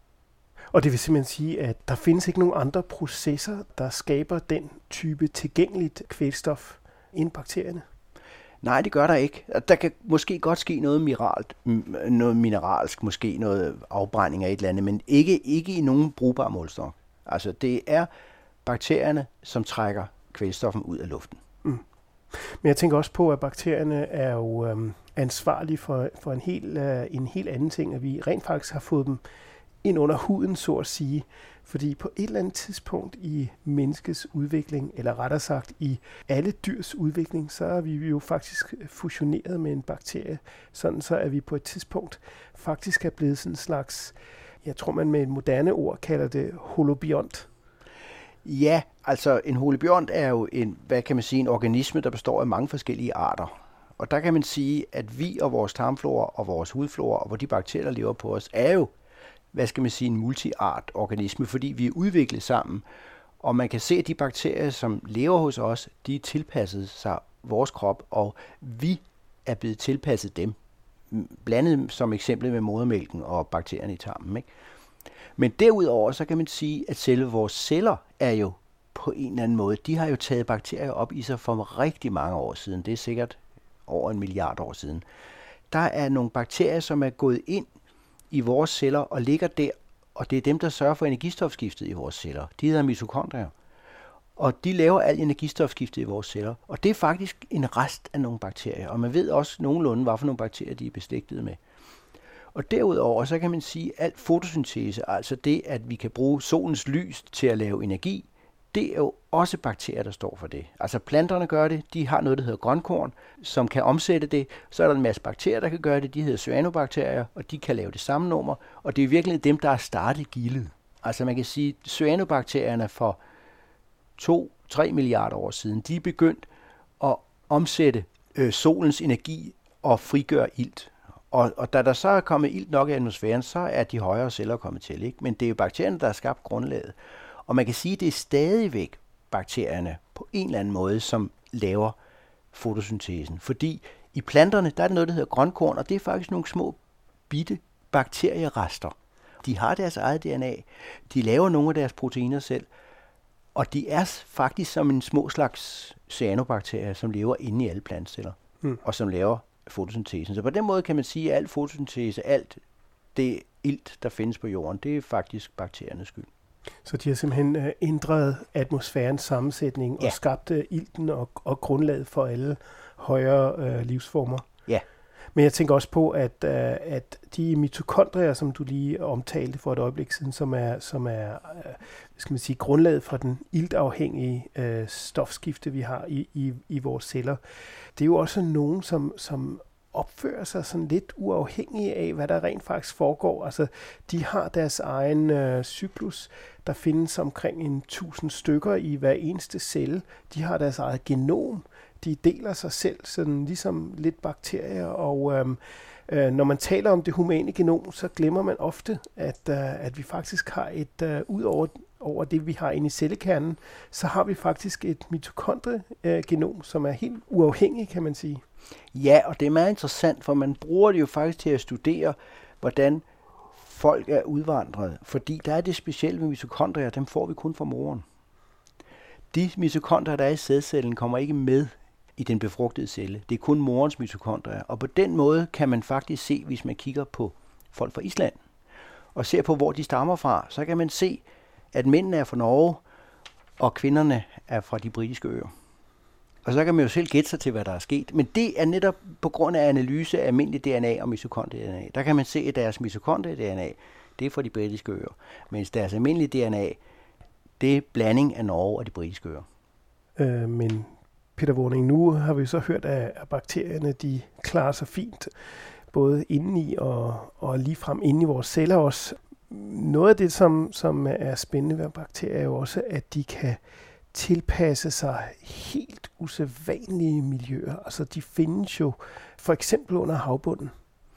Og det vil simpelthen sige, at der findes ikke nogen andre processer, der skaber den type tilgængeligt kvælstof end bakterierne? Nej, det gør der ikke. Der kan måske godt ske noget mineralt, noget mineralsk, måske noget afbrænding af et eller andet, men ikke, ikke i nogen brugbar målstok. Altså det er bakterierne, som trækker kvælstoffen ud af luften. Mm. Men jeg tænker også på, at bakterierne er jo øhm, ansvarlige for, for en, hel, øh, en helt anden ting, at vi rent faktisk har fået dem ind under huden, så at sige. Fordi på et eller andet tidspunkt i menneskets udvikling, eller rettere sagt i alle dyrs udvikling, så er vi jo faktisk fusioneret med en bakterie, sådan så at vi på et tidspunkt faktisk er blevet sådan en slags, jeg tror man med et moderne ord kalder det holobiont. Ja, altså en holobiont er jo en, hvad kan man sige, en organisme, der består af mange forskellige arter. Og der kan man sige, at vi og vores tarmflora og vores hudflora og hvor de bakterier, der lever på os, er jo hvad skal man sige, en multiart organisme, fordi vi er udviklet sammen. Og man kan se, at de bakterier, som lever hos os, de er tilpasset sig vores krop, og vi er blevet tilpasset dem. Blandet som eksempel med modermælken og bakterierne i tarmen. Ikke? Men derudover, så kan man sige, at selve vores celler er jo på en eller anden måde, de har jo taget bakterier op i sig for rigtig mange år siden. Det er sikkert over en milliard år siden. Der er nogle bakterier, som er gået ind i vores celler og ligger der, og det er dem, der sørger for energistofskiftet i vores celler. De hedder mitokondrier. Og de laver al energistofskiftet i vores celler. Og det er faktisk en rest af nogle bakterier. Og man ved også nogenlunde, hvad for nogle bakterier, de er beslægtet med. Og derudover, så kan man sige, at al fotosyntese, altså det, at vi kan bruge solens lys til at lave energi, det er jo også bakterier, der står for det. Altså planterne gør det, de har noget, der hedder grønkorn, som kan omsætte det. Så er der en masse bakterier, der kan gøre det, de hedder cyanobakterier, og de kan lave det samme nummer. Og det er virkelig dem, der har startet gildet. Altså man kan sige, at cyanobakterierne for to til tre milliarder år siden, de er begyndt at omsætte øh, solens energi og frigøre ilt. Og, og da der så er kommet ilt nok i atmosfæren, så er de højere celler kommet til. Ikke? Men det er jo bakterierne, der har skabt grundlaget. Og man kan sige, at det er stadigvæk bakterierne på en eller anden måde, som laver fotosyntesen. Fordi i planterne, der er det noget, der hedder grønkorn, og det er faktisk nogle små bitte bakterierester. De har deres eget D N A, de laver nogle af deres proteiner selv, og de er faktisk som en små slags cyanobakterier, som lever inde i alle plantceller, mm. og som laver fotosyntesen. Så på den måde kan man sige, at al fotosyntese, alt det ilt, der findes på jorden, det er faktisk bakteriernes skyld. Så de har simpelthen uh, ændret atmosfærens sammensætning ja. og skabt uh, ilten og, og grundlaget for alle højere uh, livsformer. Ja. Men jeg tænker også på, at, uh, at de mitokondrier, som du lige omtalte for et øjeblik siden, som er, som er uh, skal man sige, grundlaget for den iltafhængige uh, stofskifte, vi har i, i, i vores celler, det er jo også nogen, som, som opfører sig sådan lidt uafhængige af, hvad der rent faktisk foregår. Altså, de har deres egen øh, cyklus. Der findes omkring en tusind stykker i hver eneste celle. De har deres eget genom. De deler sig selv, sådan ligesom lidt bakterier. Og øhm, øh, når man taler om det humane genom, så glemmer man ofte, at, øh, at vi faktisk har et, øh, ud over, over det, vi har inde i cellekernen, så har vi faktisk et mitokondriegenom, som er helt uafhængigt, kan man sige. Ja, og det er meget interessant, for man bruger det jo faktisk til at studere, hvordan folk er udvandret. Fordi der er det specielle med mitokondrier, dem får vi kun fra moren. De mitokondrier, der er i sædcellen, kommer ikke med i den befrugtede celle. Det er kun morens mitokondrier. Og på den måde kan man faktisk se, hvis man kigger på folk fra Island, og ser på, hvor de stammer fra, så kan man se, at mændene er fra Norge, og kvinderne er fra de britiske øer. Og så kan man jo selv gætte sig til, hvad der er sket. Men det er netop på grund af analyse af almindelig D N A og mitokondrie-D N A. Der kan man se, at deres mitokondrie-D N A, det er fra de britiske øer. Mens deres almindelige D N A, det er blanding af Norge og de britiske øer. Øh, men Peter Våning, nu har vi så hørt, at bakterierne de klarer sig fint, både indeni og, og lige frem inde i vores celler også. Noget af det, som, som er spændende ved bakterier, er jo også, at de kan tilpasse sig helt usædvanlige miljøer. Altså, de findes jo for eksempel under havbunden.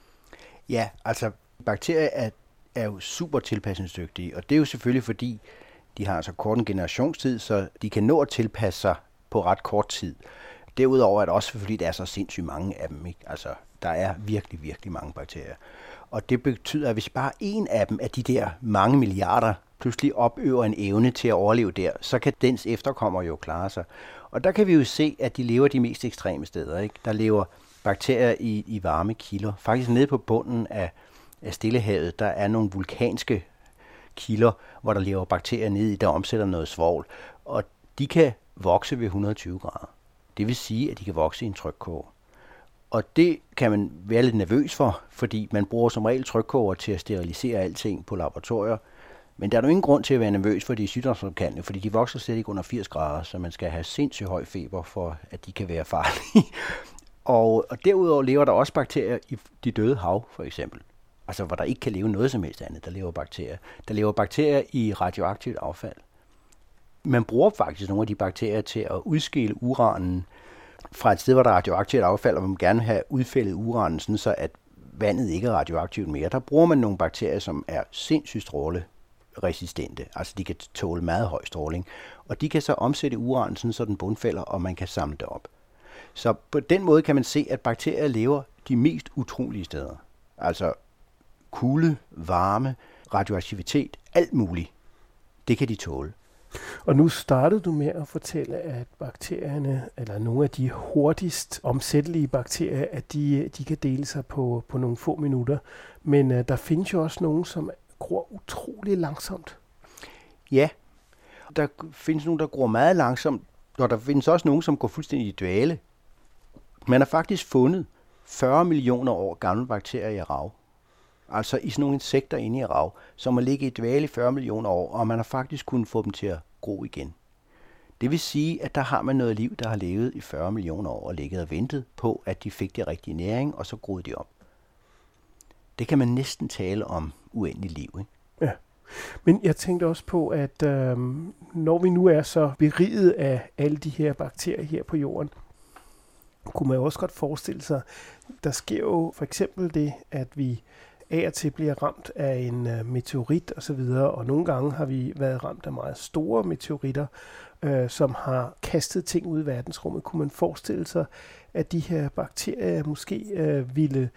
Ja, altså bakterier er, er jo super tilpasningsdygtige, og det er jo selvfølgelig fordi, de har så kort en generationstid, så de kan nå at tilpasse sig på ret kort tid. Derudover er det også fordi, der er så sindssygt mange af dem. Ikke? Altså, der er virkelig, virkelig mange bakterier. Og det betyder, at hvis bare en af dem af de der mange milliarder pludselig opøver en evne til at overleve der, så kan dens efterkommere jo klare sig. Og der kan vi jo se, at de lever de mest ekstreme steder. Ikke? Der lever bakterier i, i varme kilder. Faktisk nede på bunden af, af Stillehavet, der er nogle vulkanske kilder, hvor der lever bakterier nede i, der omsætter noget svovl. Og de kan vokse ved et hundrede og tyve grader. Det vil sige, at de kan vokse i en trykkoger. Og det kan man være lidt nervøs for, fordi man bruger som regel trykkoger til at sterilisere alting på laboratorier. Men der er jo ingen grund til at være nervøs for de sygdomsfremkaldende, fordi de vokser slet ikke under firs grader, så man skal have sindssygt høj feber for, at de kan være farlige. og, og derudover lever der også bakterier i de døde hav, for eksempel. Altså, hvor der ikke kan leve noget som helst andet, der lever bakterier. Der lever bakterier i radioaktivt affald. Man bruger faktisk nogle af de bakterier til at udskille uranen fra et sted, hvor der er radioaktivt affald, og man gerne vil have udfældet uranen, sådan så at vandet ikke er radioaktivt mere. Der bruger man nogle bakterier, som er sindssygt stråleresistente. Altså, de kan tåle meget høj stråling. Og de kan så omsætte uranen, sådan så den bundfælder, og man kan samle det op. Så på den måde kan man se, at bakterier lever de mest utrolige steder. Altså kulde, varme, radioaktivitet, alt muligt. Det kan de tåle. Og nu startede du med at fortælle, at bakterierne, eller nogle af de hurtigst omsættelige bakterier, at de, de kan dele sig på, på nogle få minutter. Men uh, der findes jo også nogle, som gror utrolig langsomt. Ja, der findes nogle, der gror meget langsomt, og der findes også nogle, som går fuldstændig i dvale. Man har faktisk fundet fyrre millioner år gamle bakterier i rav. Altså i sådan nogle insekter inde i rav, som har ligget i dvale i fyrre millioner år, og man har faktisk kunnet få dem til at gro igen. Det vil sige, at der har man noget liv, der har levet i fyrre millioner år og ligget og ventet på, at de fik det rigtige næring, og så groede de op. Det kan man næsten tale om uendelig liv, ikke? Ja. Men jeg tænkte også på, at øh, når vi nu er så beriget af alle de her bakterier her på jorden, kunne man jo også godt forestille sig, der sker jo for eksempel det, at vi af og til bliver ramt af en øh, meteorit og så videre, og nogle gange har vi været ramt af meget store meteoritter, øh, som har kastet ting ud i verdensrummet. Kunne man forestille sig, at de her bakterier måske øh, ville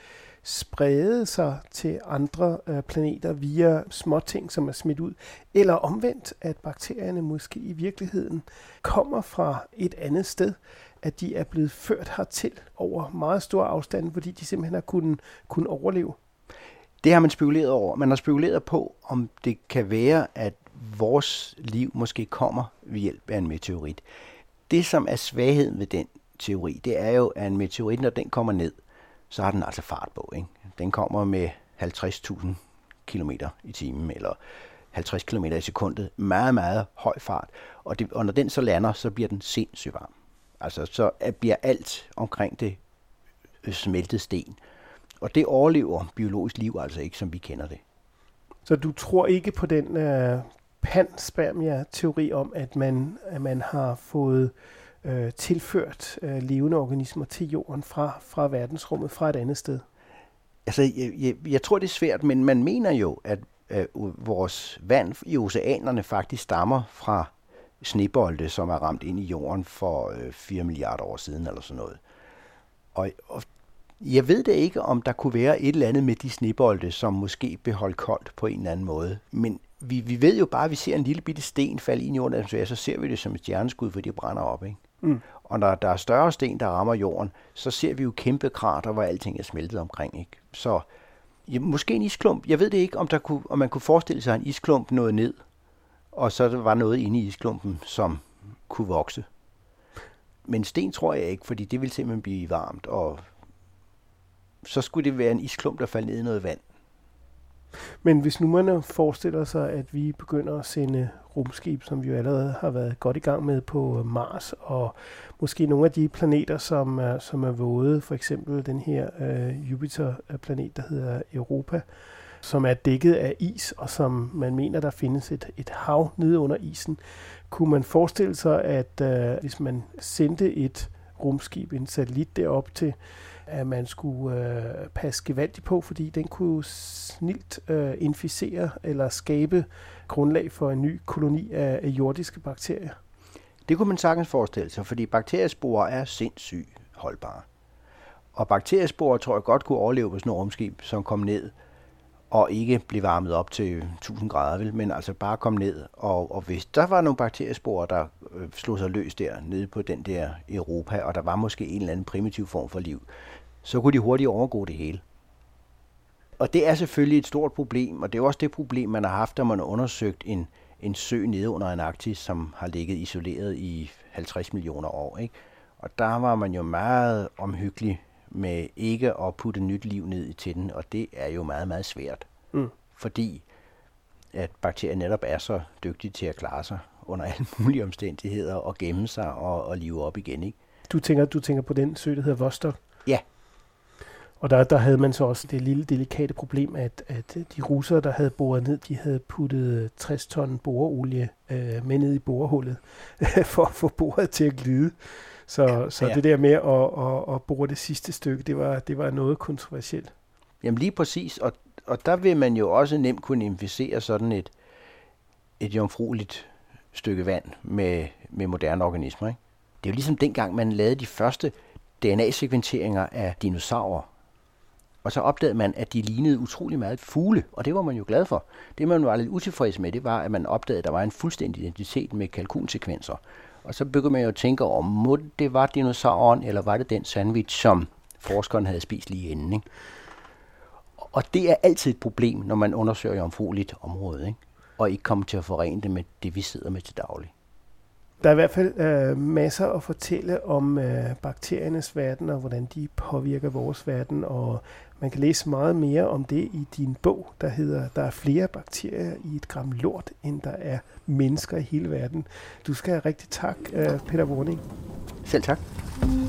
sprede sig til andre øh, planeter via småting, som er smidt ud, eller omvendt, at bakterierne måske i virkeligheden kommer fra et andet sted, at de er blevet ført hertil over meget store afstande, fordi de simpelthen har kunnet, kunnet overleve? Det har man spekuleret over. Man har spekuleret på, om det kan være, at vores liv måske kommer ved hjælp af en meteorit. Det, som er svagheden ved den teori, det er jo, at en meteorit, når den kommer ned, så har den altså fart på, ikke? Den kommer med halvtreds tusind kilometer i timen, eller halvtreds kilometer i sekundet. Meget, meget høj fart. Og, det, og når den så lander, så bliver den sindssygt varm. Altså, så bliver alt omkring det smeltet sten. Og det overlever biologisk liv altså ikke, som vi kender det. Så du tror ikke på den øh, panspermia-teori om, at man, at man har fået øh, tilført øh, levende organismer til jorden fra, fra verdensrummet, fra et andet sted? Altså, jeg, jeg, jeg tror, det er svært, men man mener jo, at øh, vores vand i oceanerne faktisk stammer fra snebolde, som er ramt ind i jorden for øh, fire milliarder år siden, eller sådan noget. Og, og jeg ved da ikke, om der kunne være et eller andet med de snebolde, som måske beholdt koldt på en eller anden måde. Men vi, vi ved jo bare, at vi ser en lille bitte sten falde ind i jorden, så ser vi det som et stjerneskud, for de brænder op, ikke? Mm. Og når der er større sten, der rammer jorden, så ser vi jo kæmpe krater, hvor alting er smeltet omkring, ikke? Så ja, måske en isklump. Jeg ved det ikke, om, der kunne, om man kunne forestille sig, at en isklump nåede ned, og så der var noget inde i isklumpen, som kunne vokse. Men sten tror jeg ikke, fordi det ville simpelthen blive varmt, og så skulle det være en isklump, der faldt ned i noget vand. Men hvis nu man forestiller sig, at vi begynder at sende rumskib, som vi jo allerede har været godt i gang med på Mars, og måske nogle af de planeter, som er, som er våde, for eksempel den her øh, Jupiter-planet, der hedder Europa, som er dækket af is, og som man mener, der findes et, et hav nede under isen. Kunne man forestille sig, at øh, hvis man sendte et rumskib, en satellit derop til, at man skulle øh, passe gevaldigt på, fordi den kunne snilt øh, inficere eller skabe grundlag for en ny koloni af, af jordiske bakterier? Det kunne man sagtens forestille sig, fordi bakteriesporer er sindssygt holdbare. Og bakteriesporer tror jeg godt kunne overleve på sådan et rumskib, som kom ned og ikke blev varmet op til tusind grader, vel, men altså bare kom ned. Og, og hvis der var nogle bakteriesporer, der øh, slog sig løs der nede på den der Europa, og der var måske en eller anden primitiv form for liv, så kunne de hurtigt overgå det hele. Og det er selvfølgelig et stort problem, og det er også det problem, man har haft, da man har undersøgt en, en sø nede under Antarktis, som har ligget isoleret i halvtreds millioner år, ikke? Og der var man jo meget omhyggelig med ikke at putte nyt liv ned til den, og det er jo meget, meget svært. Mm. Fordi at bakterier netop er så dygtige til at klare sig under alle mulige omstændigheder og gemme sig og, og live op igen, ikke? Du tænker, du tænker på den sø, der hedder Vostok? Ja. Og der, der havde man så også det lille delikate problem, at, at de russere, der havde boret ned, de havde puttet tres ton boreolie øh, med ned i borehullet for at få boret til at glide. Så, ja, så ja. Det der med at, at, at bore det sidste stykke, det var, det var noget kontroversielt. Jamen lige præcis, og, og der vil man jo også nemt kunne inficere sådan et, et jomfrueligt stykke vand med, med moderne organismer, ikke? Det er jo ligesom dengang, man lavede de første D N A-sekventeringer af dinosaurer. Og så opdagede man, at de lignede utrolig meget fugle, og det var man jo glad for. Det, man var lidt utilfreds med, det var, at man opdagede, at der var en fuldstændig identitet med kalkunsekvenser. Og så begyndte man jo at tænke over, må det var dinosauren, eller var det den sandwich, som forskeren havde spist lige inden, ikke? Og det er altid et problem, når man undersøger jomfrueligt område, ikke? Og ikke kommer til at forene det med det, vi sidder med til daglig. Der er i hvert fald øh, masser at fortælle om øh, bakteriernes verden, og hvordan de påvirker vores verden, og man kan læse meget mere om det i din bog, der hedder Der er flere bakterier i et gram lort, end der er mennesker i hele verden. Du skal have rigtig tak, øh, Peter Worning. Selv tak.